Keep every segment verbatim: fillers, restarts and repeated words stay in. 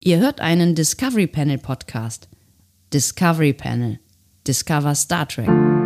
Ihr hört einen Discovery Panel Podcast. Discovery Panel. Discover Star Trek.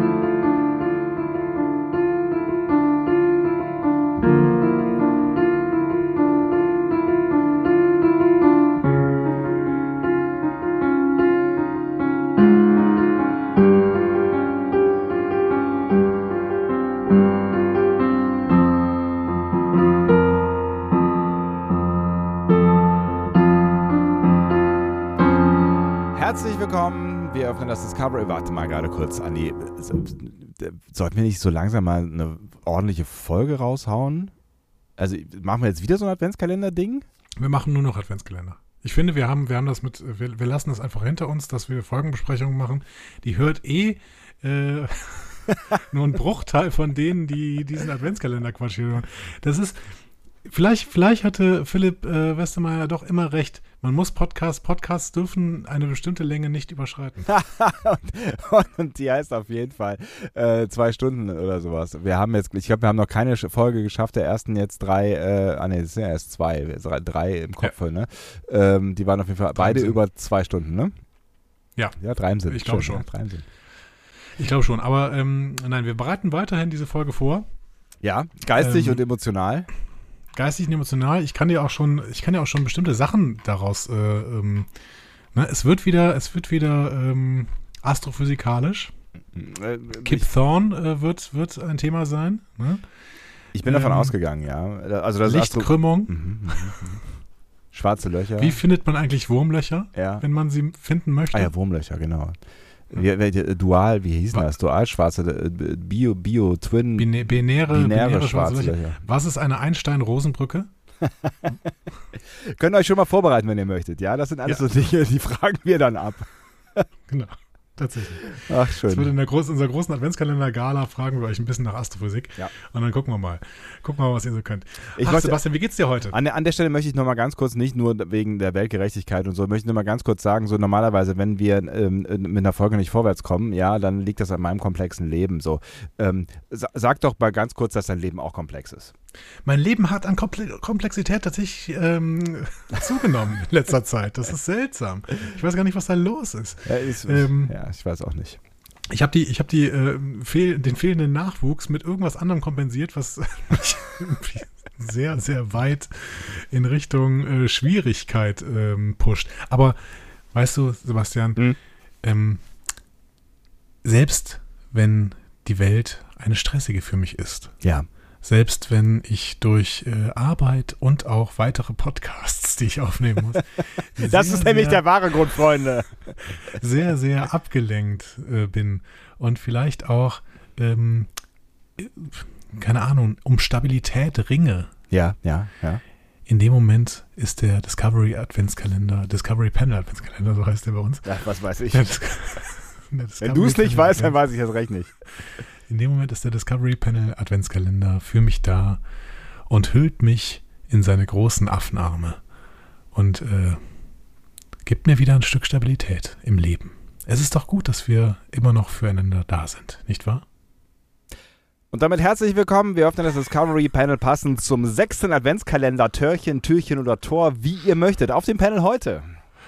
Herzlich willkommen, wir öffnen das Discovery. Warte mal gerade kurz, Andi. Sollten wir nicht so langsam mal eine ordentliche Folge raushauen? Also machen wir jetzt wieder so ein Adventskalender-Ding? Wir machen nur noch Adventskalender. Ich finde, wir haben, wir haben das mit, wir, wir lassen das einfach hinter uns, dass wir Folgenbesprechungen machen. Die hört eh äh, nur ein Bruchteil von denen, die diesen Adventskalender-Quatsch hier hören. Das ist, vielleicht, vielleicht hatte Philipp äh, Westermeier doch immer recht. Man muss Podcasts, Podcasts dürfen eine bestimmte Länge nicht überschreiten. und, und die heißt auf jeden Fall äh, zwei Stunden oder sowas. Wir haben jetzt, ich glaube, wir haben noch keine Folge geschafft, der ersten jetzt drei, äh, ah ne, es sind ja erst zwei, drei, drei im Kopf, ja. ne? Ähm, die waren auf jeden Fall beide über zwei Stunden, ne? Ja. Ja, drei im Sinn. Ich glaube Schön, schon. Ja, drei im Sinn. Ich glaube schon, aber ähm, nein, wir bereiten weiterhin diese Folge vor. Ja, geistig ähm, und emotional. Geistig und emotional. Ich kann dir auch schon, ich kann dir auch schon bestimmte Sachen daraus, äh, ähm, ne, es wird wieder, es wird wieder ähm, astrophysikalisch. Äh, Kip ich, Thorne äh, wird, wird ein Thema sein. Ne? Ich bin davon ähm, ausgegangen, ja. Also das Lichtkrümmung. Astro- mhm, mhm, mhm. Schwarze Löcher. Wie findet man eigentlich Wurmlöcher, ja. wenn man sie finden möchte? Ah ja, Wurmlöcher, genau. Wie, wie, Dual, wie hieß das? Dualschwarze, Bio, Bio, Twin, Bine, binäre, binäre, binäre schwarze Löcher. Löcher. Was ist eine Einstein-Rosenbrücke? Könnt ihr euch schon mal vorbereiten, wenn ihr möchtet. Ja, das sind alles ja. so Dinge, die fragen wir dann ab. Genau. Tatsächlich. Ach, schön. Das wird in der groß, unserer großen Adventskalender-Gala fragen wir euch ein bisschen nach Astrophysik. Ja. Und dann gucken wir mal. Gucken wir mal, was ihr so könnt. Ich Ach, wollte, Sebastian, wie geht's dir heute? An der, an der Stelle möchte ich nochmal ganz kurz, nicht nur wegen der Weltgerechtigkeit und so, möchte ich nochmal ganz kurz sagen, so normalerweise, wenn wir ähm, mit einer Folge nicht vorwärts kommen, ja, dann liegt das an meinem komplexen Leben. So, ähm, sag doch mal ganz kurz, dass dein Leben auch komplex ist. Mein Leben hat an Komple- Komplexität tatsächlich ähm, zugenommen in letzter Zeit. Das ist seltsam. Ich weiß gar nicht, was da los ist. Ja, ist, ähm, ja ich weiß auch nicht. Ich habe die, ich hab die, äh, fehl, den fehlenden Nachwuchs mit irgendwas anderem kompensiert, was mich sehr, sehr weit in Richtung äh, Schwierigkeit ähm, pusht. Aber weißt du, Sebastian, hm? ähm, selbst wenn die Welt eine stressige für mich ist, ja. selbst wenn ich durch äh, Arbeit und auch weitere Podcasts, die ich aufnehmen muss. Das sehr, ist nämlich sehr, der wahre Grund, Freunde. Sehr, sehr abgelenkt äh, bin und vielleicht auch, ähm, keine Ahnung, um Stabilität ringe. Ja, ja, ja. In dem Moment ist der Discovery Adventskalender, Discovery Panel Adventskalender, so heißt der bei uns. Ja, was weiß ich. Der Dis- der Wenn du es nicht weißt, dann weiß ich das recht nicht. In dem Moment ist der Discovery Panel Adventskalender für mich da und hüllt mich in seine großen Affenarme und äh, gibt mir wieder ein Stück Stabilität im Leben. Es ist doch gut, dass wir immer noch füreinander da sind, nicht wahr? Und damit herzlich willkommen. Wir öffnen das Discovery Panel passend zum sechsten Adventskalender, Törchen, Türchen oder Tor, wie ihr möchtet. Auf dem Panel heute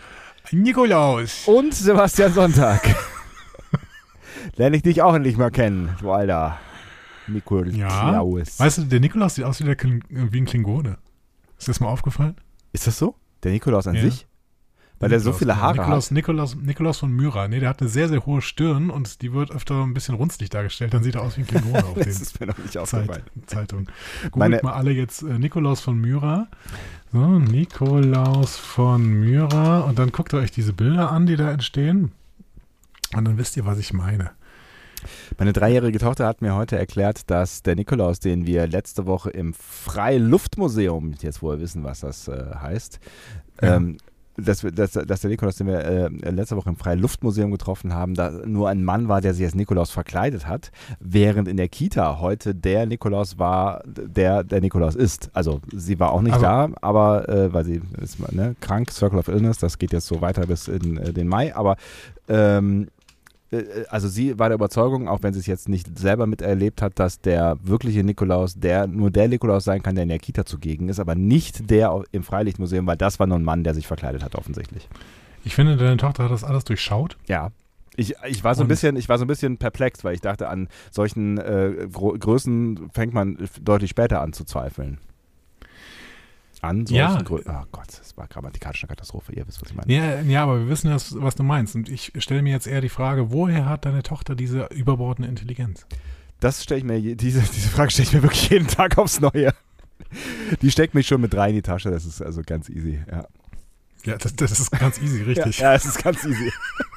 Nikolaus und Sebastian Sonntag. Lerne ich dich auch endlich mal kennen, du alter Nikolaus. Ja, weißt du, der Nikolaus sieht aus wie, der Kling, wie ein Klingone. Ist das mal aufgefallen? Ist das so? Der Nikolaus an ja. sich? Weil der so viele Haare Nikolaus, hat. Nikolaus, Nikolaus von Myra. Nee, der hat eine sehr, sehr hohe Stirn und die wird öfter ein bisschen runzlig dargestellt. Dann sieht er aus wie ein Klingone auf das den ist mir noch nicht Zeit, aufgefallen. Zeitung. Googelt Meine, mal alle jetzt äh, Nikolaus von Myra. So, Nikolaus von Myra. Und dann guckt ihr euch diese Bilder an, die da entstehen. Und dann wisst ihr, was ich meine. Meine dreijährige Tochter hat mir heute erklärt, dass der Nikolaus, den wir letzte Woche im Freiluftmuseum, jetzt wo wir wissen, was das äh, heißt, Ja. ähm, dass, dass, dass der Nikolaus, den wir äh, letzte Woche im Freiluftmuseum getroffen haben, da nur ein Mann war, der sich als Nikolaus verkleidet hat, während in der Kita heute der Nikolaus war, der der Nikolaus ist. Also sie war auch nicht also, da, aber äh, weil sie ist ne, krank, Circle of Illness, das geht jetzt so weiter bis in äh, den Mai, aber ähm, also sie war der Überzeugung, auch wenn sie es jetzt nicht selber miterlebt hat, dass der wirkliche Nikolaus, der nur der Nikolaus sein kann, der in der Kita zugegen ist, aber nicht der im Freilichtmuseum, weil das war nur ein Mann, der sich verkleidet hat, offensichtlich. Ich finde, deine Tochter hat das alles durchschaut. Ja. Ich, ich, war so ein bisschen, ich war so ein bisschen perplex, weil ich dachte, an solchen äh, Gro- Größen fängt man deutlich später an zu zweifeln. An solchen Ja. Größen. Oh Gott, das war grammatikalisch eine Katastrophe. Ihr wisst, was ich meine. Ja, ja, aber wir wissen, was, was du meinst. Und ich stelle mir jetzt eher die Frage, woher hat deine Tochter diese überbordende Intelligenz? Das stelle ich mir, je- diese, diese Frage stelle ich mir wirklich jeden Tag aufs Neue. Die steckt mich schon mit drei in die Tasche, das ist also ganz easy. Ja, Ja, das, das ist ganz easy, richtig. ja, ja es ist ganz easy.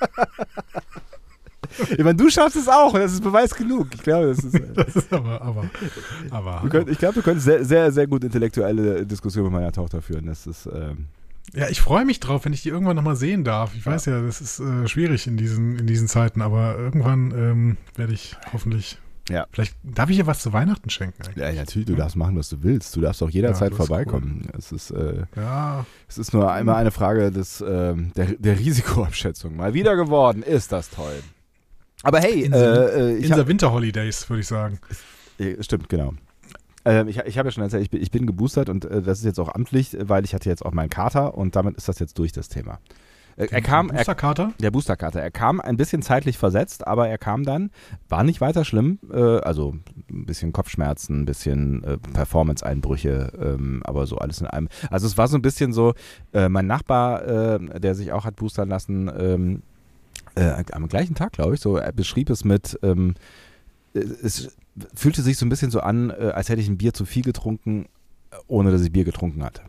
Ich meine, du schaffst es auch und das ist Beweis genug. Ich glaube, das ist. Äh, Das ist aber, aber, aber. du könnt, ich glaube, du könntest sehr, sehr, sehr gut intellektuelle Diskussionen mit meiner Tochter führen. Das ist. Ähm, Ja, ich freue mich drauf, wenn ich die irgendwann nochmal sehen darf. Ich weiß ja, das ist äh, schwierig in diesen, in diesen Zeiten, aber irgendwann ähm, werde ich hoffentlich. Ja. Vielleicht darf ich ihr was zu Weihnachten schenken eigentlich. ja, natürlich, du darfst machen, was du willst. Du darfst auch jederzeit Ja, das ist vorbeikommen. Es ist. Äh, Ja, Es ist nur einmal eine Frage des, ähm, der, der Risikoabschätzung. Mal wieder geworden, ist das toll. Aber hey, in, äh, äh, in ich der hab, Winter Holidays, würde ich sagen. äh, stimmt, genau. Ähm, ich ich habe ja schon erzählt, ich bin, ich bin geboostert und äh, das ist jetzt auch amtlich, weil ich hatte jetzt auch meinen Kater und damit ist das jetzt durch, das Thema. Äh, er kam, er, Boosterkater? der Boosterkater, er kam ein bisschen zeitlich versetzt, aber er kam dann, war nicht weiter schlimm, äh, also ein bisschen Kopfschmerzen, ein bisschen äh, Performance-Einbrüche, ähm, aber so alles in einem. Also es war so ein bisschen so, äh, mein Nachbar, äh, der sich auch hat boostern lassen, ähm, äh, am gleichen Tag, glaube ich, so, er beschrieb es mit, ähm, es fühlte sich so ein bisschen so an, äh, als hätte ich ein Bier zu viel getrunken, ohne dass ich Bier getrunken hatte.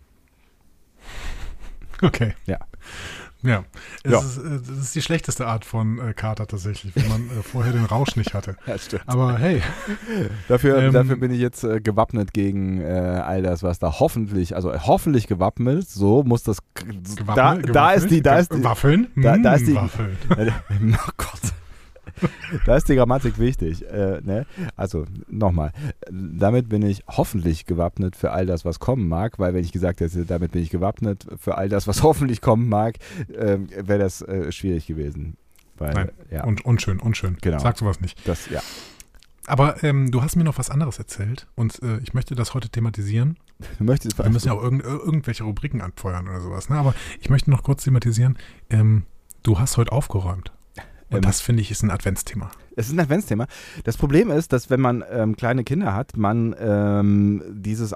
Okay. Ja. Ja. Es Ja. Ist, äh, das ist die schlechteste Art von äh, Kater tatsächlich, wenn man äh, vorher den Rausch nicht hatte. Ja, stimmt. Aber hey, Dafür, Ähm, dafür bin ich jetzt äh, gewappnet gegen äh, all das, was da hoffentlich, also hoffentlich gewappnet, so muss das, gewappelt, da, da ist die, da ist die, Waffeln? da- da Mm, ist die- Waffeln. oh Gott, da ist die Grammatik wichtig, äh, ne? Also nochmal, damit bin ich hoffentlich gewappnet für all das, was kommen mag, weil wenn ich gesagt hätte, damit bin ich gewappnet für all das, was hoffentlich kommen mag, äh, wäre das äh, schwierig gewesen. Weil, Nein, ja, Un unschön, unschön. Genau. Sag sowas nicht. das, ja. Aber ähm, du hast mir noch was anderes erzählt und äh, ich möchte das heute thematisieren. Du möchtest Wir müssen ja auch irgend, irgendwelche Rubriken anfeuern oder sowas. Ne? Aber ich möchte noch kurz thematisieren. Ähm, du hast heute aufgeräumt. Und Ähm, das, finde ich, ist ein Adventsthema. Es ist ein Adventsthema. Das Problem ist, dass wenn man ähm, kleine Kinder hat, man ähm, dieses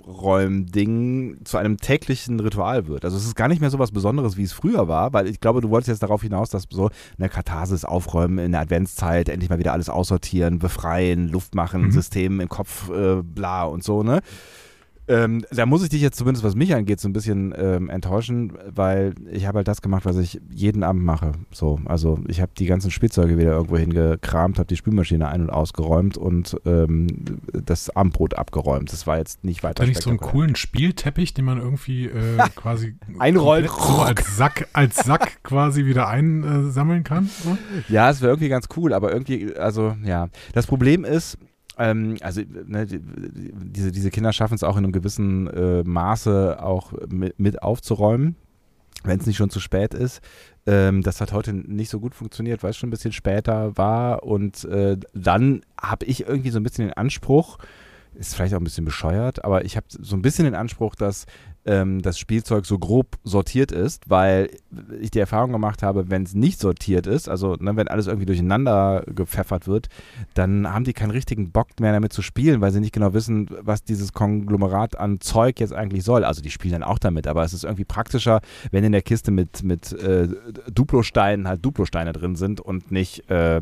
Aufräumding zu einem täglichen Ritual wird. Also es ist gar nicht mehr so was Besonderes, wie es früher war, weil ich glaube, du wolltest jetzt darauf hinaus, dass so eine Katharsis aufräumen in der Adventszeit, endlich mal wieder alles aussortieren, befreien, Luft machen, Mhm. System im Kopf, äh, bla und so, ne? Ähm, da muss ich dich jetzt zumindest, was mich angeht, so ein bisschen ähm, enttäuschen, weil ich habe halt das gemacht, was ich jeden Abend mache. So, also ich habe die ganzen Spielzeuge wieder irgendwo hingekramt, habe die Spülmaschine ein- und ausgeräumt und ähm, das Abendbrot abgeräumt. Das war jetzt nicht weiter Da nicht so einen spektakulär. coolen Spielteppich, den man irgendwie äh, quasi Einrollt. komplett so als Sack, als Sack quasi wieder einsammeln kann. So. Ja, es wäre irgendwie ganz cool, aber irgendwie, also ja. Das Problem ist, ähm, also ne, die, diese, diese Kinder schaffen es auch in einem gewissen äh, Maße auch mit, mit aufzuräumen, wenn es nicht schon zu spät ist. Ähm, das hat heute nicht so gut funktioniert, weil es schon ein bisschen später war und äh, dann habe ich irgendwie so ein bisschen den Anspruch, ist vielleicht auch ein bisschen bescheuert, aber ich habe so ein bisschen den Anspruch, dass ähm, das Spielzeug so grob sortiert ist, weil ich die Erfahrung gemacht habe, wenn es nicht sortiert ist, also ne, wenn alles irgendwie durcheinander gepfeffert wird, dann haben die keinen richtigen Bock mehr damit zu spielen, weil sie nicht genau wissen, was dieses Konglomerat an Zeug jetzt eigentlich soll. Also die spielen dann auch damit, aber es ist irgendwie praktischer, wenn in der Kiste mit, mit äh, Duplosteinen halt Duplosteine drin sind und nicht äh, äh,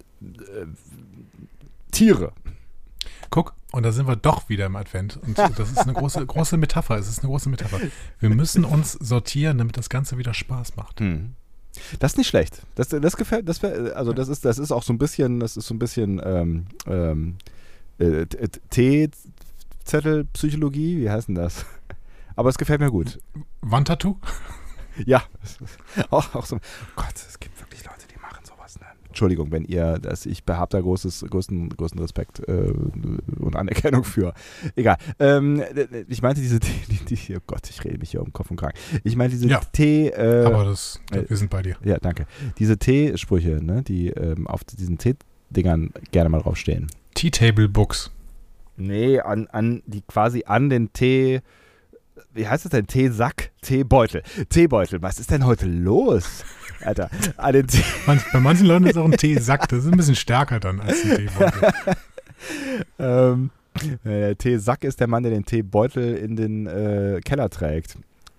Tiere. Guck, und da sind wir doch wieder im Advent. Und das ist eine große, große Metapher. Es ist eine große Metapher. Wir müssen uns sortieren, damit das Ganze wieder Spaß macht. Hm. Das ist nicht schlecht. Das, das gefällt, das wär, also das ist, das ist auch so ein bisschen, das ist so ein bisschen ähm, ähm, äh, T-Zettel-Psychologie, wie heißt denn das? Aber es gefällt mir gut. Wandtattoo? Ja. auch, auch so. Oh Gott, es gibt wirklich Leute, die machen sowas, ne? Entschuldigung, wenn ihr, dass ich habe da großes, größten, größten Respekt äh, und Anerkennung für. Egal. Ähm, ich meinte diese Tee, die, die, oh Gott, ich rede mich hier um Kopf und Kragen. Ich meinte diese ja, Tee. Äh, aber das, wir sind bei dir. Ja, danke. Diese Teesprüche, ne, die ähm, auf diesen Teedingern gerne mal draufstehen. Tea Table Books. Nee, an, an die quasi an den Tee. Wie heißt das denn? Teesack? Teebeutel. Teebeutel. Was ist denn heute los? Alter, an den Tee. Man, bei manchen Leuten ist auch ein Teesack. Das ist ein bisschen stärker dann als ein Teebeutel. ähm, der Teesack ist der Mann, der den Teebeutel in den äh, Keller trägt.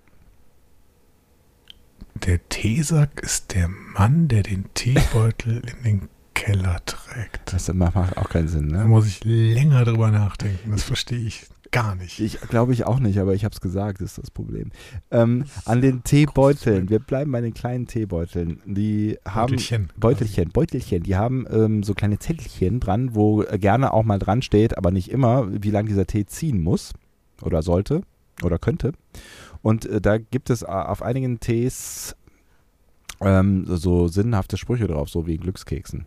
Der Teesack ist der Mann, der den Teebeutel in den Keller trägt. Das macht auch keinen Sinn, ne? Da muss ich länger drüber nachdenken. Das verstehe ich gar nicht. Ich glaube ich auch nicht, aber ich habe es gesagt, ist das Problem. Ähm, an den Teebeuteln, wir bleiben bei den kleinen Teebeuteln, die haben Beutelchen. Beutelchen, Beutelchen, die haben ähm, so kleine Zettelchen dran, wo gerne auch mal dran steht, aber nicht immer, wie lange dieser Tee ziehen muss oder sollte oder könnte. Und äh, da gibt es auf einigen Tees ähm, so sinnhafte Sprüche drauf, so wie Glückskeksen.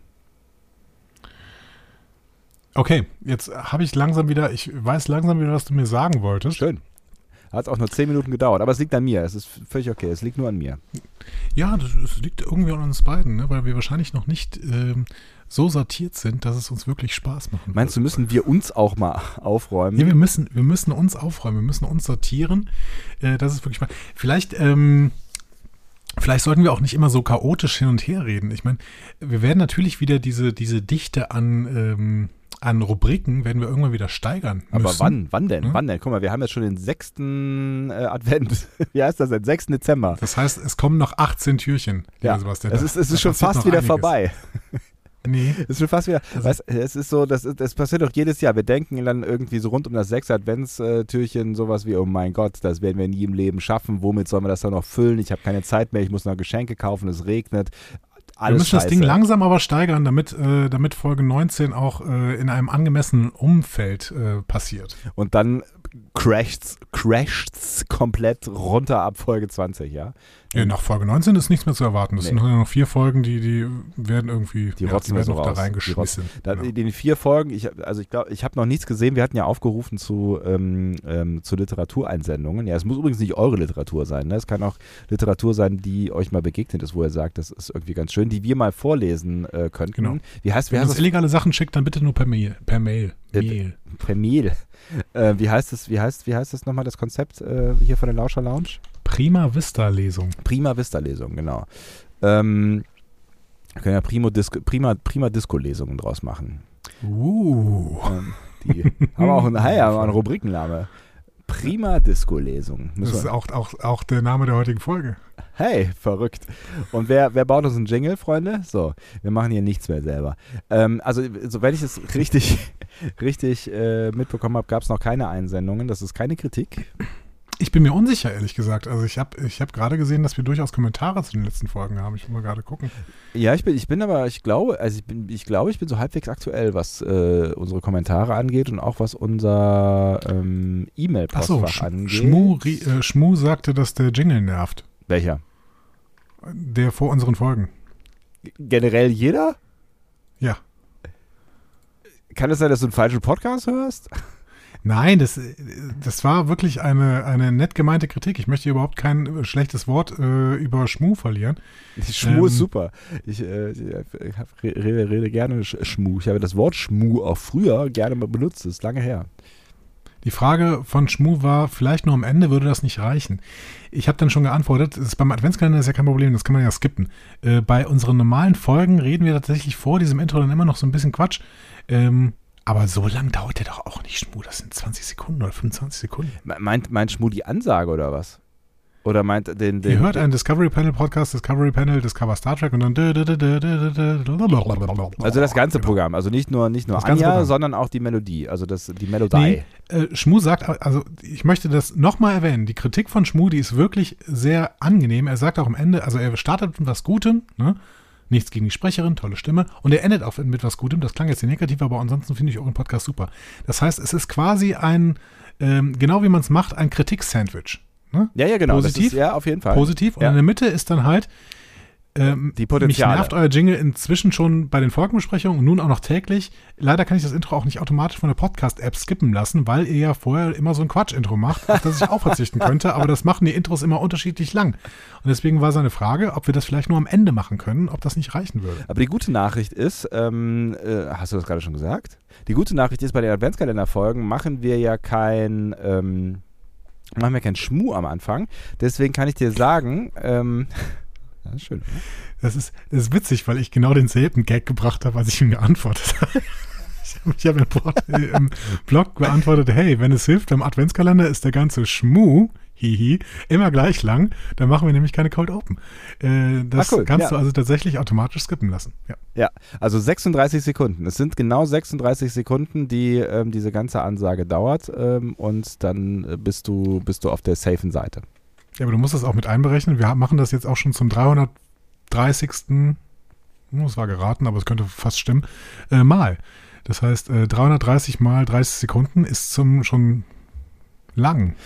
Okay, jetzt habe ich langsam wieder, ich weiß langsam wieder, was du mir sagen wolltest. Schön. Hat auch nur zehn Minuten gedauert, aber es liegt an mir. Es ist völlig okay, es liegt nur an mir. Ja, das, das liegt irgendwie an uns beiden, ne? Weil wir wahrscheinlich noch nicht ähm, so sortiert sind, dass es uns wirklich Spaß machen wird. Meinst du, müssen wir uns auch mal aufräumen? Ja, wir müssen, wir müssen uns aufräumen, wir müssen uns sortieren. Äh, das ist wirklich spannend. Vielleicht, ähm, vielleicht sollten wir auch nicht immer so chaotisch hin und her reden. Ich meine, wir werden natürlich wieder diese, diese Dichte an ähm, an Rubriken werden wir irgendwann wieder steigern müssen. Aber wann? Wann denn? Hm? Wann denn? Guck mal, wir haben jetzt schon den sechsten äh, Advent. Wie heißt das denn? sechsten Dezember. Das heißt, es kommen noch achtzehn Türchen. Ja, Sebastian. es ist, es da ist schon fast wieder einiges. vorbei. Nee. Es ist schon fast wieder, Also, weißt, es ist so, das, ist, das passiert doch jedes Jahr. Wir denken dann irgendwie so rund um das sechste Adventstürchen sowas wie, oh mein Gott, das werden wir nie im Leben schaffen. Womit sollen wir das dann noch füllen? Ich habe keine Zeit mehr, ich muss noch Geschenke kaufen, es regnet. Alles wir müssen Scheiße. das Ding langsam aber steigern, damit, äh, damit Folge neunzehn auch äh, in einem angemessenen Umfeld äh, passiert. Und dann crasht's, crasht's komplett runter ab Folge zwanzig, ja? Ja, nach Folge neunzehn ist nichts mehr zu erwarten. Das Nee. sind nur noch vier Folgen, die, die werden irgendwie Die ja, rotzen die wir werden so noch da raus. reingeschmissen. Da, Genau. In den vier Folgen, ich, hab- also ich glaube, ich habe noch nichts gesehen. Wir hatten ja aufgerufen zu, ähm, ähm, zu Literatureinsendungen. Ja, es muss übrigens nicht eure Literatur sein. Ne? Es kann auch Literatur sein, die euch mal begegnet ist, wo ihr sagt, das ist irgendwie ganz schön, die wir mal vorlesen äh, könnten. Genau. Wie heißt, wie Wenn ihr heißt uns das? illegale Sachen schickt, dann bitte nur per Mail. Per Mail. Äh, Mail. Per Mail. Äh, wie heißt das, wie heißt, wie heißt das nochmal, das Konzept äh, hier von der Lauscher Lounge? Prima Vista-Lesung. Prima Vista-Lesung, genau. Ähm, wir können ja Primo Disco, Prima, Prima Disco-Lesungen draus machen. Uh. Ähm, die haben auch einen, hey, haben auch einen Rubrikenname. Prima Disco-Lesung. Das ist auch, auch, auch der Name der heutigen Folge. Hey, verrückt. Und wer, wer baut uns einen Jingle, Freunde? So, wir machen hier nichts mehr selber. Ähm, also, soweit ich es richtig, richtig äh, mitbekommen habe, gab es noch keine Einsendungen. Das ist keine Kritik. Ich bin mir unsicher, ehrlich gesagt. Also ich habe ich hab gerade gesehen, dass wir durchaus Kommentare zu den letzten Folgen haben. Ich muss mal gerade gucken. Ja, ich bin, ich bin aber, ich glaube, also ich bin, ich glaube, ich bin so halbwegs aktuell, was äh, unsere Kommentare angeht und auch was unser ähm, E-Mail-Postfach Achso, Sch angeht. Schmu, äh, Schmu sagte, dass der Jingle nervt. Welcher? Der vor unseren Folgen. Generell jeder? Ja. Kann es sein, dass du einen falschen Podcast hörst? Nein, das, das war wirklich eine, eine nett gemeinte Kritik. Ich möchte hier überhaupt kein schlechtes Wort äh, über Schmu verlieren. Schmu Ähm, ist super. Ich, äh, ich hab- rede, rede gerne Sch- Schmu. Ich habe das Wort Schmu auch früher gerne mal benutzt. Das ist lange her. Die Frage von Schmu war, vielleicht nur am Ende würde das nicht reichen. Ich habe dann schon geantwortet, das ist beim Adventskalender ist ja kein Problem, das kann man ja skippen. Äh, bei unseren normalen Folgen reden wir tatsächlich vor diesem Intro dann immer noch so ein bisschen Quatsch. Ähm, aber so lang dauert der doch auch nicht, Schmu. Das sind zwanzig Sekunden oder fünfundzwanzig Sekunden. Me- Meint, meint Schmu die Ansage oder was? Oder meint den... den Ihr hört einen Discovery Panel Podcast, Discovery Panel, Discover Star Trek und dann Also das ganze Genau. Programm. Also nicht nur, nicht nur Das ganze Anja, Programm. sondern auch die Melodie. Also das, die Melodie. Nee, äh, Schmu sagt, also ich möchte das nochmal erwähnen, die Kritik von Schmu, die ist wirklich sehr angenehm. Er sagt auch am Ende, also er startet mit was Gutem, ne? Nichts gegen die Sprecherin, tolle Stimme. Und er endet auch mit was Gutem. Das klang jetzt sehr negativ, aber ansonsten finde ich euren Podcast super. Das heißt, es ist quasi ein, ähm, genau wie man es macht, ein Kritik-Sandwich. Ne? Ja, ja, genau. Positiv, Das ist, ja, auf jeden Fall. Positiv. Und Ja. in der Mitte ist dann halt, Ähm, die Potenziale. Mich nervt euer Jingle inzwischen schon bei den Folgenbesprechungen und nun auch noch täglich. Leider kann ich das Intro auch nicht automatisch von der Podcast-App skippen lassen, weil ihr ja vorher immer so ein Quatsch-Intro macht, auf das ich auch verzichten könnte, aber das machen die Intros immer unterschiedlich lang. Und deswegen war seine Frage, ob wir das vielleicht nur am Ende machen können, ob das nicht reichen würde. Aber die gute Nachricht ist, ähm, äh, hast du das gerade schon gesagt? Die gute Nachricht ist, bei den Adventskalender-Folgen machen wir ja kein, ähm, machen wir kein Schmuh am Anfang. Deswegen kann ich dir sagen, ähm, das ist schön, oder? Das ist, das ist witzig, weil ich genau denselben Gag gebracht habe, als ich ihm geantwortet habe. Ich habe im, im Blog beantwortet, hey, wenn es hilft beim Adventskalender, ist der ganze Schmuh, hihi, immer gleich lang, dann machen wir nämlich keine Cold Open. Äh, das ah, cool. kannst ja. du also tatsächlich automatisch skippen lassen. Ja, ja, also sechsunddreißig Sekunden. Es sind genau sechsunddreißig Sekunden, die ähm, diese ganze Ansage dauert ähm, und dann bist du, bist du auf der safen Seite. Ja, aber du musst das auch mit einberechnen. Wir machen das jetzt auch schon zum dreihundertdreißigsten Es war geraten, aber es könnte fast stimmen, äh, Mal. Das heißt, äh, dreihundertdreißig mal dreißig Sekunden ist zum schon lang.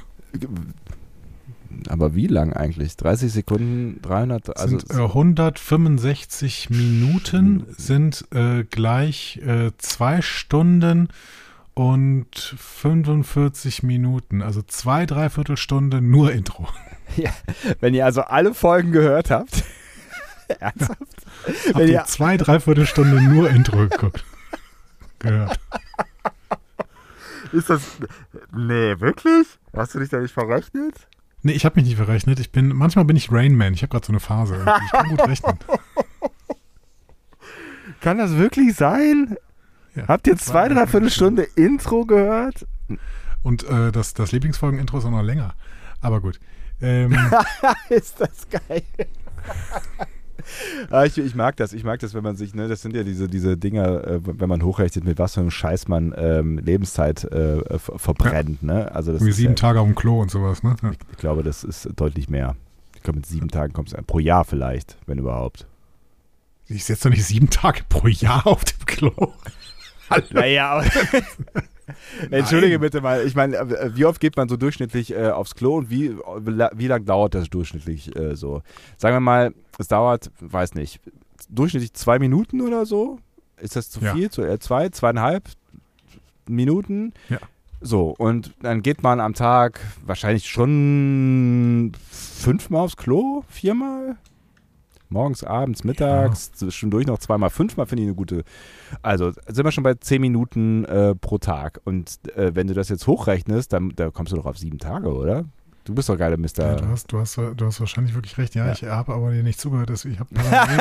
Aber wie lang eigentlich? dreißig Sekunden, dreihundert, also sind, äh, hundertfünfundsechzig Minuten sind äh, gleich äh, zwei Stunden und fünfundvierzig Minuten, also zwei, dreiviertel Stunde nur Intro. Ja, wenn ihr also alle Folgen gehört habt, ernsthaft? Ja. Habt ihr zwei, dreiviertel Stunde nur Intro geguckt? Gehört. Ist das, nee, wirklich? Hast du dich da nicht verrechnet? Nee, ich habe mich nicht verrechnet. Ich bin, manchmal bin ich Rain Man. Ich habe gerade so eine Phase. Ich kann gut rechnen. Kann das wirklich sein? Ja, Habt ihr zwei, dreiviertel Stunde Intro gehört? Und äh, das, das Lieblingsfolgen-Intro ist auch noch länger. Aber gut. Ähm, ist das geil. ah, ich, ich mag das. Ich mag das, wenn man sich, ne, das sind ja diese, diese Dinger, äh, wenn man hochrechnet, mit was für einem Scheiß man ähm, Lebenszeit äh, ver- verbrennt. Ja. Ne? Also das Wie ist sieben ja, Tage auf dem Klo und sowas. Ne? Ja. Ich, ich glaube, das ist deutlich mehr. Ich glaube, mit sieben Tagen kommst du pro Jahr vielleicht, wenn überhaupt. Ich setze doch nicht sieben Tage pro Jahr auf dem Klo. Hallo. Naja, aber entschuldige bitte mal, ich meine, wie oft geht man so durchschnittlich äh, aufs Klo und wie, wie lange dauert das durchschnittlich äh, so? Sagen wir mal, es dauert, weiß nicht, durchschnittlich zwei Minuten oder so? Ist das zu ja. viel? Zu, äh, zwei, zweieinhalb Minuten? Ja. So, und dann geht man am Tag wahrscheinlich schon fünfmal aufs Klo? Viermal? Morgens, abends, mittags, ja. zwischendurch noch zweimal, fünfmal finde ich eine gute. Also sind wir schon bei zehn Minuten äh, pro Tag. Und äh, wenn du das jetzt hochrechnest, dann da kommst du doch auf sieben Tage, oder? Du bist doch geile Mister Ja, du, hast, du, hast, du hast wahrscheinlich wirklich recht. Ja, ja. ich habe aber dir nicht zugehört. Ich habe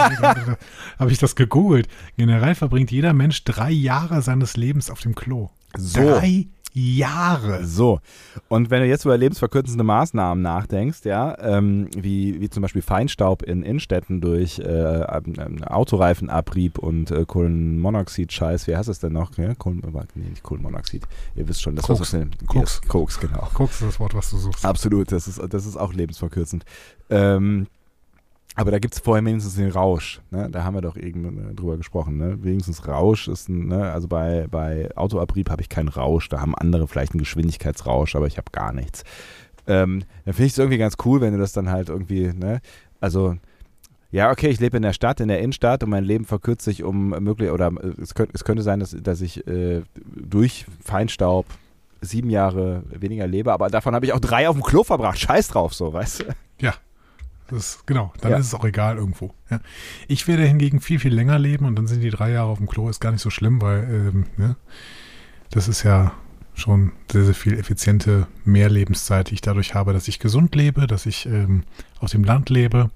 hab ich das gegoogelt. Generell verbringt jeder Mensch drei Jahre seines Lebens auf dem Klo. So. Drei Jahre. So. Und wenn du jetzt über lebensverkürzende Maßnahmen nachdenkst, ja, ähm, wie, wie zum Beispiel Feinstaub in Innenstädten durch äh, Autoreifenabrieb und äh, Kohlenmonoxid-Scheiß, wie heißt das denn noch? Ja? Kohlen, nee, nicht Kohlenmonoxid. Ihr wisst schon, das Koks. was das Koks. Koks, genau. Koks ist das Wort, was du suchst. Absolut, das ist, das ist auch lebensverkürzend. Ähm, aber da gibt es vorher wenigstens den Rausch. Ne? Da haben wir doch eben drüber gesprochen. Ne? Wenigstens Rausch ist ein, ne? also bei, bei Autoabrieb habe ich keinen Rausch. Da haben andere vielleicht einen Geschwindigkeitsrausch, aber ich habe gar nichts. Ähm, dann finde ich es irgendwie ganz cool, wenn du das dann halt irgendwie, ne? Also, ja, okay, ich lebe in der Stadt, in der Innenstadt und mein Leben verkürzt sich um möglich, oder es könnte, es könnte sein, dass, dass ich äh, durch Feinstaub sieben Jahre weniger lebe, aber davon habe ich auch drei auf dem Klo verbracht. Scheiß drauf, so, weißt du? Ja. Das, genau, dann ja. ist es auch egal irgendwo. Ja. Ich werde hingegen viel, viel länger leben und dann sind die drei Jahre auf dem Klo, ist gar nicht so schlimm, weil ähm, ja, das ist ja schon sehr, sehr viel effiziente Mehrlebenszeit, die ich dadurch habe, dass ich gesund lebe, dass ich ähm, auf dem Land lebe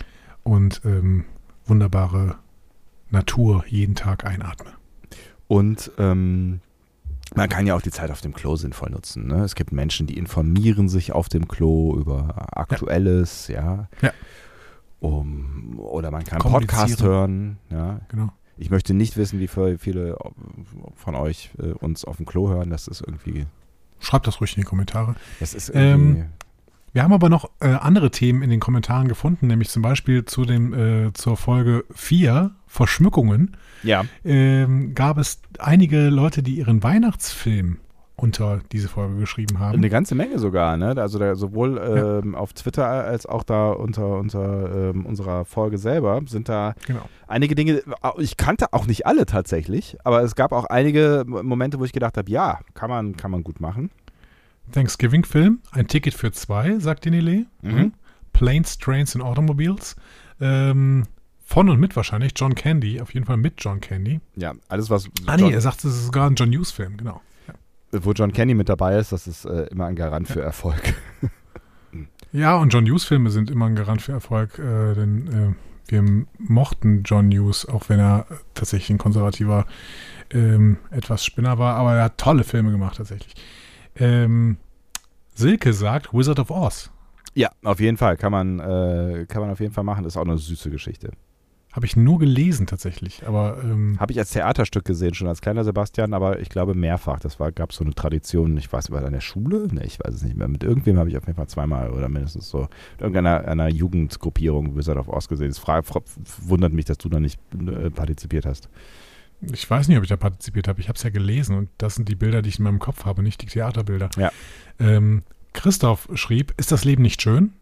und ähm, wunderbare Natur jeden Tag einatme. Und ähm, man kann ja auch die Zeit auf dem Klo sinnvoll nutzen. Ne? Es gibt Menschen, die informieren sich auf dem Klo über Aktuelles, ja. ja. Um, oder man kann Podcast hören. Ja. Genau. Ich möchte nicht wissen, wie viele von euch äh, uns auf dem Klo hören. Das ist irgendwie. Schreibt das ruhig in die Kommentare. Das ist irgendwie. Ähm, wir haben aber noch äh, andere Themen in den Kommentaren gefunden, nämlich zum Beispiel zu dem, äh, zur Folge vier, Verschmückungen. Ja. Ähm, gab es einige Leute, die ihren Weihnachtsfilm unter diese Folge geschrieben haben. Eine ganze Menge sogar, ne? Also da, sowohl Ja. ähm, auf Twitter als auch da unter, unter ähm, unserer Folge selber sind da Genau. einige Dinge, ich kannte auch nicht alle tatsächlich, aber es gab auch einige Momente, wo ich gedacht habe, ja, kann man, kann man gut machen. Thanksgiving-Film, ein Ticket für zwei, sagt Denile. Mhm. Planes, Trains and Automobiles. Ähm, von und mit wahrscheinlich John Candy, auf jeden Fall mit John Candy. Ja, alles was Ah nee, er sagt, es ist sogar ein John Hughes-Film, genau. Ja. wo John Candy mit dabei ist, das ist äh, immer ein Garant für Erfolg. Ja, und John Hughes-Filme sind immer ein Garant für Erfolg, äh, denn äh, wir mochten John Hughes, auch wenn er tatsächlich ein konservativer ähm, etwas Spinner war, aber er hat tolle Filme gemacht tatsächlich. Ähm, Silke sagt Wizard of Oz. Ja, auf jeden Fall. Kann man, äh, kann man auf jeden Fall machen. Das ist auch eine süße Geschichte. Habe ich nur gelesen tatsächlich, aber ähm, Habe ich als Theaterstück gesehen, schon als kleiner Sebastian, aber ich glaube mehrfach. Das war, gab so eine Tradition, ich weiß, war das in der Schule? Ne, ich weiß es nicht mehr. Mit irgendwem habe ich auf jeden Fall zweimal oder mindestens so in irgendeiner einer Jugendgruppierung Wizard of Oz gesehen. Es fra- fra- wundert mich, dass du da nicht äh, partizipiert hast. ich weiß nicht, ob ich da partizipiert habe. Ich habe es ja gelesen und das sind die Bilder, die ich in meinem Kopf habe, nicht die Theaterbilder. Ja. Ähm, Christoph schrieb, ist das Leben nicht schön?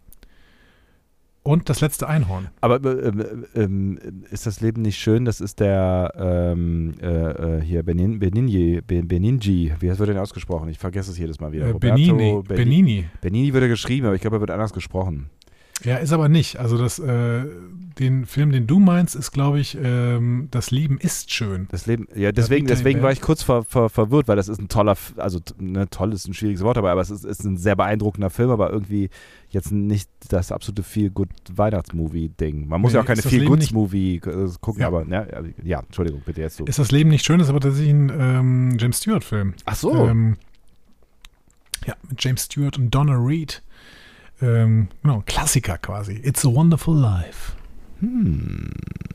Und das letzte Einhorn. Aber ähm, ähm, ist das Leben nicht schön? Das ist der ähm, äh, hier Benin, Beninji, Ben- Beninji. Wie wird denn ausgesprochen? Ich vergesse es jedes Mal wieder. Äh, Roberto Benini. Beni- Benini. Benini wird er geschrieben, aber ich glaube, er wird anders gesprochen. Ja, ist aber nicht. Also das, äh, den Film, den du meinst, ist, glaube ich, ähm, Das Leben ist schön. Das Leben, ja, deswegen, liegt er deswegen in war ich kurz ver, ver, verwirrt, weil das ist ein toller, F- also ne, toll ist ein schwieriges Wort dabei, aber es ist, ist ein sehr beeindruckender Film, aber irgendwie jetzt nicht das absolute Feel-Good-Weihnachtsmovie-Ding. Man muss Nee, ja auch keine ist das Leben Feel-Goods-Movie äh, gucken, Ja. aber ja, ja, Entschuldigung, bitte jetzt so. Ist das Leben nicht schön? Ist aber tatsächlich ein ähm, James Stewart-Film. Ach so. Ähm, ja, mit James Stewart und Donna Reed. Ähm, genau, ein Klassiker quasi. It's a Wonderful Life. Hm.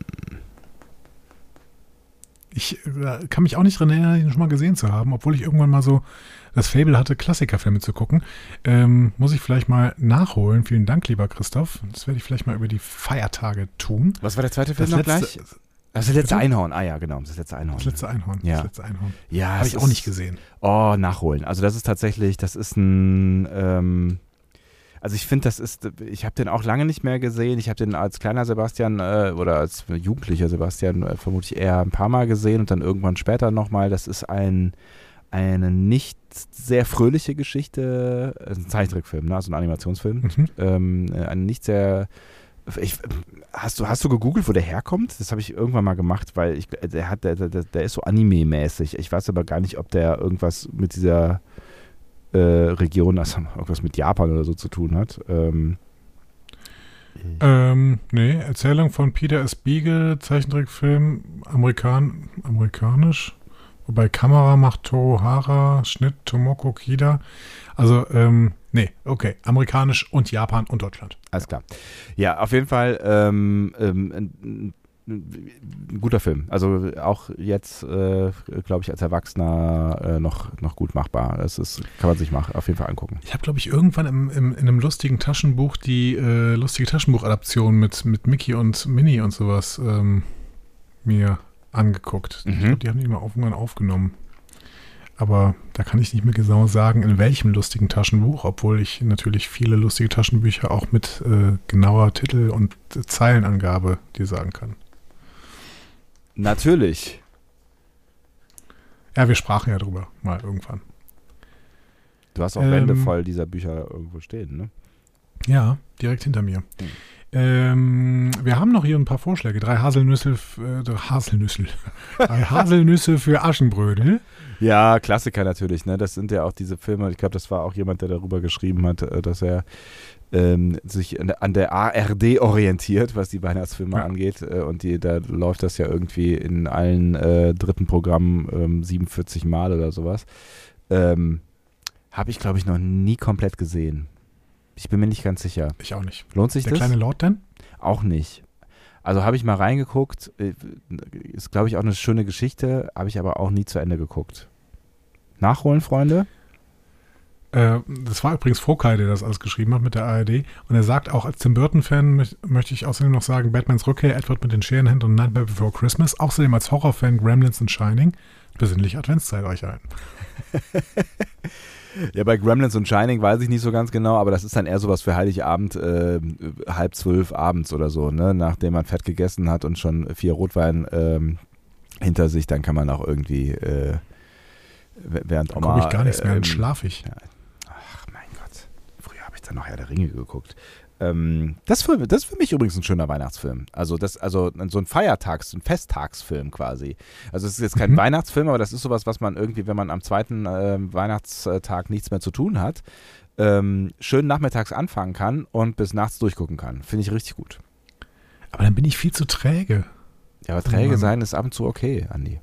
Ich äh, kann mich auch nicht daran erinnern, ihn schon mal gesehen zu haben, obwohl ich irgendwann mal so das Faible hatte, Klassikerfilme zu gucken. Ähm, muss ich vielleicht mal nachholen. Vielen Dank, lieber Christoph. Das werde ich vielleicht mal über die Feiertage tun. Was war der zweite Film Das noch letzte, gleich? Das letzte Bitte? Einhorn. Ah ja, genau, das letzte Einhorn. Das letzte Einhorn. Ja. Das letzte Einhorn. Ja, Habe es ich auch ist- nicht gesehen. Oh, nachholen. Also das ist tatsächlich, das ist ein, ähm, also ich finde, das ist, ich habe den auch lange nicht mehr gesehen. Ich habe den als kleiner Sebastian äh, oder als jugendlicher Sebastian äh, vermutlich eher ein paar Mal gesehen und dann irgendwann später nochmal. Das ist ein, eine nicht sehr fröhliche Geschichte, äh, ein Zeichentrickfilm, ne? Also ein Animationsfilm. Mhm. Ähm, äh, eine nicht sehr, ich, hast du, hast du gegoogelt, wo der herkommt? Das habe ich irgendwann mal gemacht, weil ich, der hat, der, der, der ist so Anime-mäßig. Ich weiß aber gar nicht, ob der irgendwas mit dieser äh, Region, also irgendwas mit Japan oder so zu tun hat. Ähm, Ähm, nee, Erzählung von Peter S. Beagle, Zeichentrickfilm, Amerikan amerikanisch. Wobei Kamera macht Toru Hara, Schnitt Tomoko Kida. Also, ähm, nee, okay, amerikanisch und Japan und Deutschland. alles klar. Ja, auf jeden Fall ähm, ähm, ein, ein, ein guter Film. Also auch jetzt, äh, glaube ich, als Erwachsener äh, noch, noch gut machbar. Das ist, kann man sich mal auf jeden Fall angucken. Ich habe, glaube ich, irgendwann im, im, in einem lustigen Taschenbuch die äh, lustige Taschenbuchadaption mit, mit Mickey und Minnie und sowas ähm, mir angeguckt. Mhm. Ich glaube, die haben die mal irgendwann aufgenommen. Aber da kann ich nicht mehr genau sagen, in welchem lustigen Taschenbuch, obwohl ich natürlich viele lustige Taschenbücher auch mit äh, genauer Titel und äh, Zeilenangabe dir sagen kann. Natürlich. Ja, wir sprachen ja drüber mal irgendwann. Du hast auch Ähm, Wände voll dieser Bücher irgendwo stehen, ne? Ja, direkt hinter mir. Ähm, wir haben noch hier ein paar Vorschläge. Drei Haselnüsse, f- äh, drei Haselnüsse. Drei Haselnüsse für Aschenbrödel. Ja, Klassiker natürlich, ne? Das sind ja auch diese Filme, ich glaube, das war auch jemand, der darüber geschrieben hat, äh, dass er ähm, sich an der- an der A R D orientiert, was die Weihnachtsfilme Ja. angeht. Äh, und die, da läuft das ja irgendwie in allen äh, dritten Programmen ähm, siebenundvierzig Mal oder sowas. Ähm, Habe ich, glaube ich, noch nie komplett gesehen. Ich bin mir nicht ganz sicher. Ich auch nicht. Lohnt sich Der das? kleine Lord denn? Auch nicht. Also habe ich mal reingeguckt, äh, ist glaube ich auch eine schöne Geschichte, habe ich aber auch nie zu Ende geguckt. Nachholen, Freunde? Äh, das war übrigens Frokai, der das alles geschrieben hat mit der A R D. Und er sagt auch, als Tim Burton-Fan mö- möchte ich außerdem noch sagen, Batmans Rückkehr, Edward mit den Scherenhänden und Nightmare Before Christmas. Außerdem als Horrorfan Gremlins und Shining. Besinnliche Adventszeit euch ein. Ja, bei Gremlins und Shining weiß ich nicht so ganz genau, aber das ist dann eher sowas für Heiligabend, äh, halb zwölf abends oder so, ne? Nachdem man fett gegessen hat und schon vier Rotwein ähm, hinter sich, dann kann man auch irgendwie äh, während Da Oma... gucke ich gar nichts mehr, ähm, dann schlafe ich. Ja, ach mein Gott, früher habe ich dann noch Herr der Ringe geguckt. Ähm, das, für, das ist für mich übrigens ein schöner Weihnachtsfilm. Also das, also so ein Feiertags-, ein Festtagsfilm quasi. Also es ist jetzt kein Mhm. Weihnachtsfilm, aber das ist sowas, was man irgendwie, wenn man am zweiten äh, Weihnachtstag nichts mehr zu tun hat, ähm, schön nachmittags anfangen kann und bis nachts durchgucken kann. Finde ich richtig gut. Aber dann bin ich viel zu träge. Ja, aber träge Mann. sein ist ab und zu okay, Andi.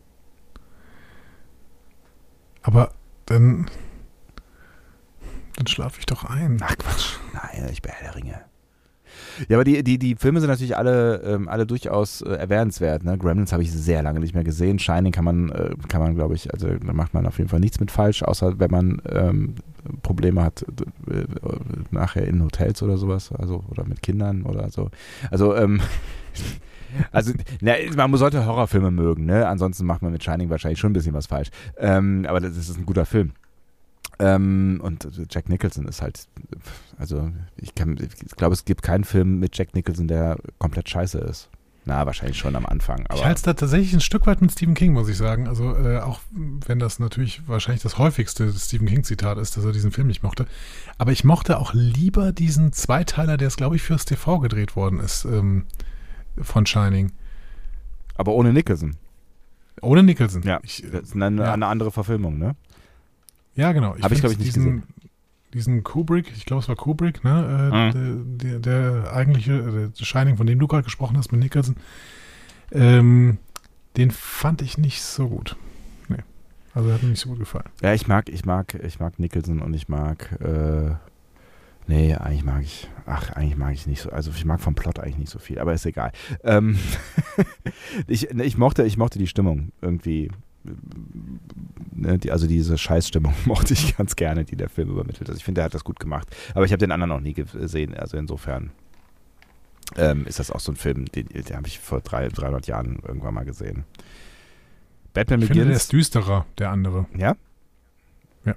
Aber dann, dann schlafe ich doch ein. Ach Quatsch. Nein, ich bin Herr der Ringe. Ja, aber die, die, die Filme sind natürlich alle, ähm, alle durchaus äh, erwähnenswert. Ne? Gremlins habe ich sehr lange nicht mehr gesehen. Shining kann man, äh, kann man, glaube ich, also da macht man auf jeden Fall nichts mit falsch, außer wenn man ähm, Probleme hat äh, nachher in Hotels oder sowas, also oder mit Kindern oder so. Also, ähm, also na, man sollte Horrorfilme mögen, ne? Ansonsten macht man mit Shining wahrscheinlich schon ein bisschen was falsch. Ähm, aber das ist ein guter Film. Ähm, und Jack Nicholson ist halt, also ich, kann, ich glaube, es gibt keinen Film mit Jack Nicholson, der komplett scheiße ist. Na, wahrscheinlich schon am Anfang. Aber Ich halte es da tatsächlich ein Stück weit mit Stephen King, muss ich sagen. Also äh, auch wenn das natürlich wahrscheinlich das häufigste Stephen King-Zitat ist, dass er diesen Film nicht mochte. Aber ich mochte auch lieber diesen Zweiteiler, der es, glaube ich, fürs T V gedreht worden ist, ähm, von Shining. aber ohne Nicholson. Ohne Nicholson. Ja, ich, das ist eine, ja. eine andere Verfilmung, ne? Ja, genau. Hab ich, glaub find ich, nicht diesen, gesehen. Diesen Kubrick, ich glaube, es war Kubrick, ne? Äh, Mhm. der, der, der eigentliche, äh, der Shining, von dem du gerade gesprochen hast, mit Nicholson, ähm, den fand ich nicht so gut. Nee. Also er hat mir nicht so gut gefallen. Ja, ich mag, ich mag, ich mag Nicholson und ich mag, äh, nee, eigentlich mag ich, ach, eigentlich mag ich nicht so, also ich mag vom Plot eigentlich nicht so viel, aber ist egal. Ähm, ich, ich mochte, ich mochte die Stimmung irgendwie. Ne, die, also diese Scheißstimmung mochte ich ganz gerne, die der Film übermittelt. Also ich finde, er hat das gut gemacht. Aber ich habe den anderen noch nie gesehen. Also insofern ähm, ist das auch so ein Film, den, den habe ich vor drei, dreihundert Jahren irgendwann mal gesehen. Batman Ich finde, der Begins. ist düsterer, der andere. Ja? Ja.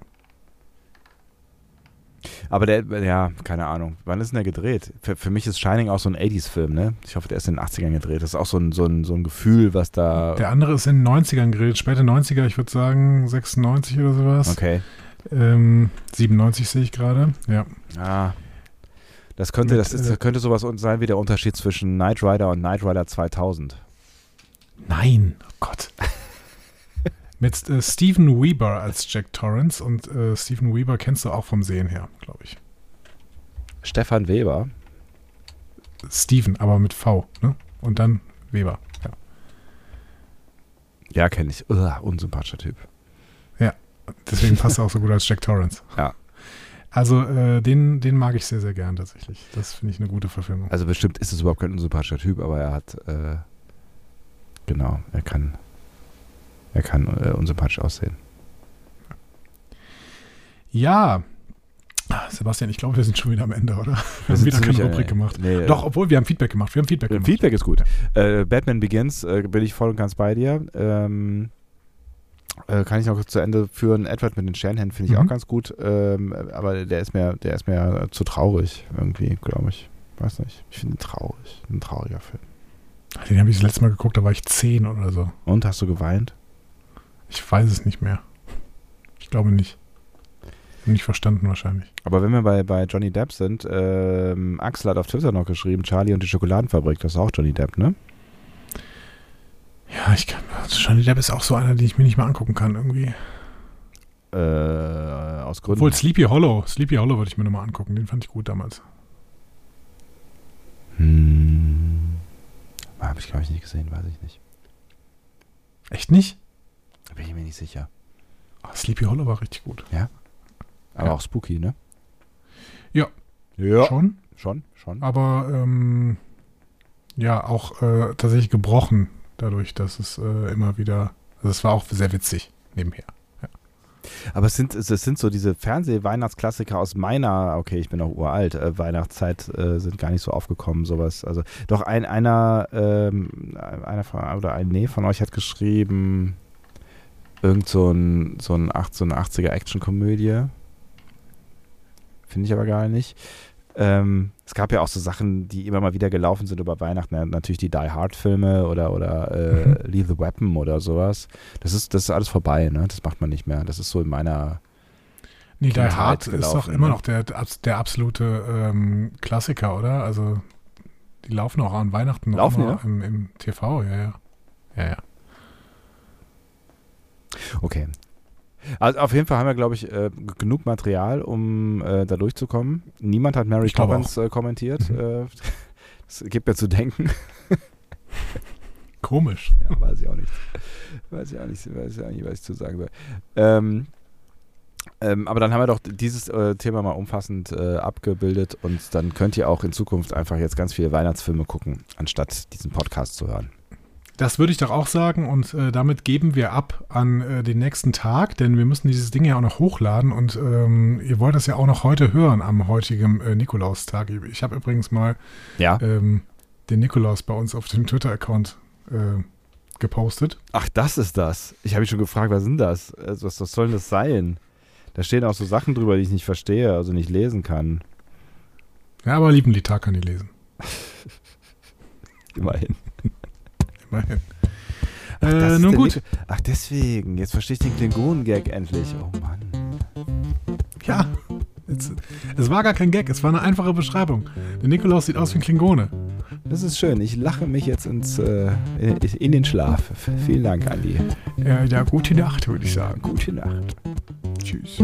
Aber der, ja, keine Ahnung. Wann ist denn der gedreht? Für, für mich ist Shining auch so ein achtziger-Film, ne? Ich hoffe, der ist in den achtzigern gedreht. Das ist auch so ein, so ein, so ein Gefühl, was da... Der andere ist in den neunzigern gedreht, späte neunziger, ich würde sagen sechsundneunzig oder sowas. Okay. Ähm, siebenundneunzig sehe ich gerade, ja. Ah. Das könnte, Mit, das, ist, äh, das könnte sowas sein wie der Unterschied zwischen Knight Rider und Knight Rider zweitausend. Nein, oh Gott. Mit äh, Steven Weber als Jack Torrance und äh, Steven Weber kennst du auch vom Sehen her, glaube ich. Stefan Weber. Steven, aber mit V, ne? Und dann Weber, ja. Ja, kenne ich. Uah, unsympathischer Typ. Deswegen passt er auch so gut als Jack Torrance. Ja. Also äh, den, den mag ich sehr, sehr gern tatsächlich. Das finde ich eine gute Verfilmung. Also bestimmt ist es überhaupt kein unsympathischer Typ, aber er hat, äh, genau, er kann, er kann äh, unsympathisch aussehen. Ja, Sebastian, ich glaube, wir sind schon wieder am Ende, oder? Wir, Wir haben sind wieder keine ziemlich, Rubrik äh, gemacht. nee, Doch, obwohl wir haben Feedback gemacht. Wir haben Feedback äh, gemacht. Feedback ist gut. Äh, Batman Begins, äh, bin ich voll und ganz bei dir. Ähm, äh, kann ich noch zu Ende führen. Edward mit den Scherenhänden finde ich Mhm. auch ganz gut, ähm, aber der ist mir, der ist mir zu traurig irgendwie, glaube ich. Weiß nicht. Ich finde ihn traurig. Ein trauriger Film. Den habe ich das letzte Mal geguckt, da war ich zehn oder so. Und, hast du geweint? Ich weiß es nicht mehr. Ich glaube nicht. Nicht verstanden wahrscheinlich. Aber wenn wir bei, bei Johnny Depp sind, ähm, Axel hat auf Twitter noch geschrieben, Charlie und die Schokoladenfabrik, das ist auch Johnny Depp, ne? Ja, ich kann. Johnny Depp ist auch so einer, den ich mir nicht mal angucken kann irgendwie. Äh, aus Gründen. Obwohl Sleepy Hollow, Sleepy Hollow würde ich mir nochmal angucken. Den fand ich gut damals. Hm. Habe ich, glaube ich, nicht gesehen, weiß ich nicht. Echt nicht? Da bin ich mir nicht sicher. Oh, Sleepy Hollow war richtig gut. Aber Ja. auch spooky, ne? Ja. Ja. Schon. Schon, schon. Aber ähm, ja, auch äh, tatsächlich gebrochen dadurch, dass es äh, immer wieder, also es war auch sehr witzig nebenher. Aber es sind, es sind so diese Fernseh-Weihnachtsklassiker aus meiner, okay, ich bin auch uralt, äh, Weihnachtszeit äh, sind gar nicht so aufgekommen, sowas. Also doch ein einer, ähm, einer von, oder ein Nee von euch hat geschrieben, irgend so ein, so ein, so eine achtziger Action-Komödie. Finde ich aber gar nicht. Ähm, es gab ja auch so Sachen, die immer mal wieder gelaufen sind über Weihnachten. Ja, natürlich die Die Hard-Filme oder, oder äh, mhm. Lethal Weapon oder sowas. Das ist, das ist alles vorbei, ne? Das macht man nicht mehr. Das ist so in meiner Nee, Die Hard ist doch immer noch der, der absolute ähm, Klassiker, oder? Also die laufen auch an Weihnachten noch laufen, immer ja? im, im T V, ja, ja. Ja, ja. Okay. Also auf jeden Fall haben wir, glaube ich, äh, genug Material, um äh, da durchzukommen. Niemand hat Mary Poppins äh, kommentiert. Mhm. Äh, das gibt mir zu denken. Komisch. Ja, weiß ich auch nicht. Weiß ich auch nicht, weiß ich auch nicht, was ich zu sagen soll. Ähm, ähm, aber dann haben wir doch dieses äh, Thema mal umfassend äh, abgebildet und dann könnt ihr auch in Zukunft einfach jetzt ganz viele Weihnachtsfilme gucken, anstatt diesen Podcast zu hören. Das würde ich doch auch sagen und äh, damit geben wir ab an äh, den nächsten Tag, denn wir müssen dieses Ding ja auch noch hochladen und ähm, ihr wollt das ja auch noch heute hören am heutigen äh, Nikolaustag. Ich habe übrigens mal ja. ähm, den Nikolaus bei uns auf dem Twitter-Account äh, gepostet. Ach, das ist das. Ich habe mich schon gefragt, was sind das? Also, was, was soll denn das sein? Da stehen auch so Sachen drüber, die ich nicht verstehe, also nicht lesen kann. Ja, aber lieben Litar kann die lesen. Immerhin. Immerhin. Ach, äh, nun gut. Nik- Ach, deswegen. Jetzt verstehe ich den Klingonen-Gag endlich. Oh Mann. Ja. Jetzt, es war gar kein Gag, es war eine einfache Beschreibung. Der Nikolaus sieht aus wie ein Klingone. Das ist schön. Ich lache mich jetzt ins, äh, in, in den Schlaf. Vielen Dank, Andi. Ja, ja, gute Nacht, würde ich sagen. Gute Nacht. Tschüss.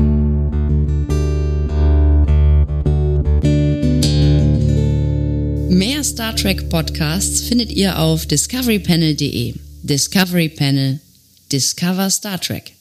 Mehr Star Trek Podcasts findet ihr auf discovery panel punkt de. Discovery Panel. Discover Star Trek.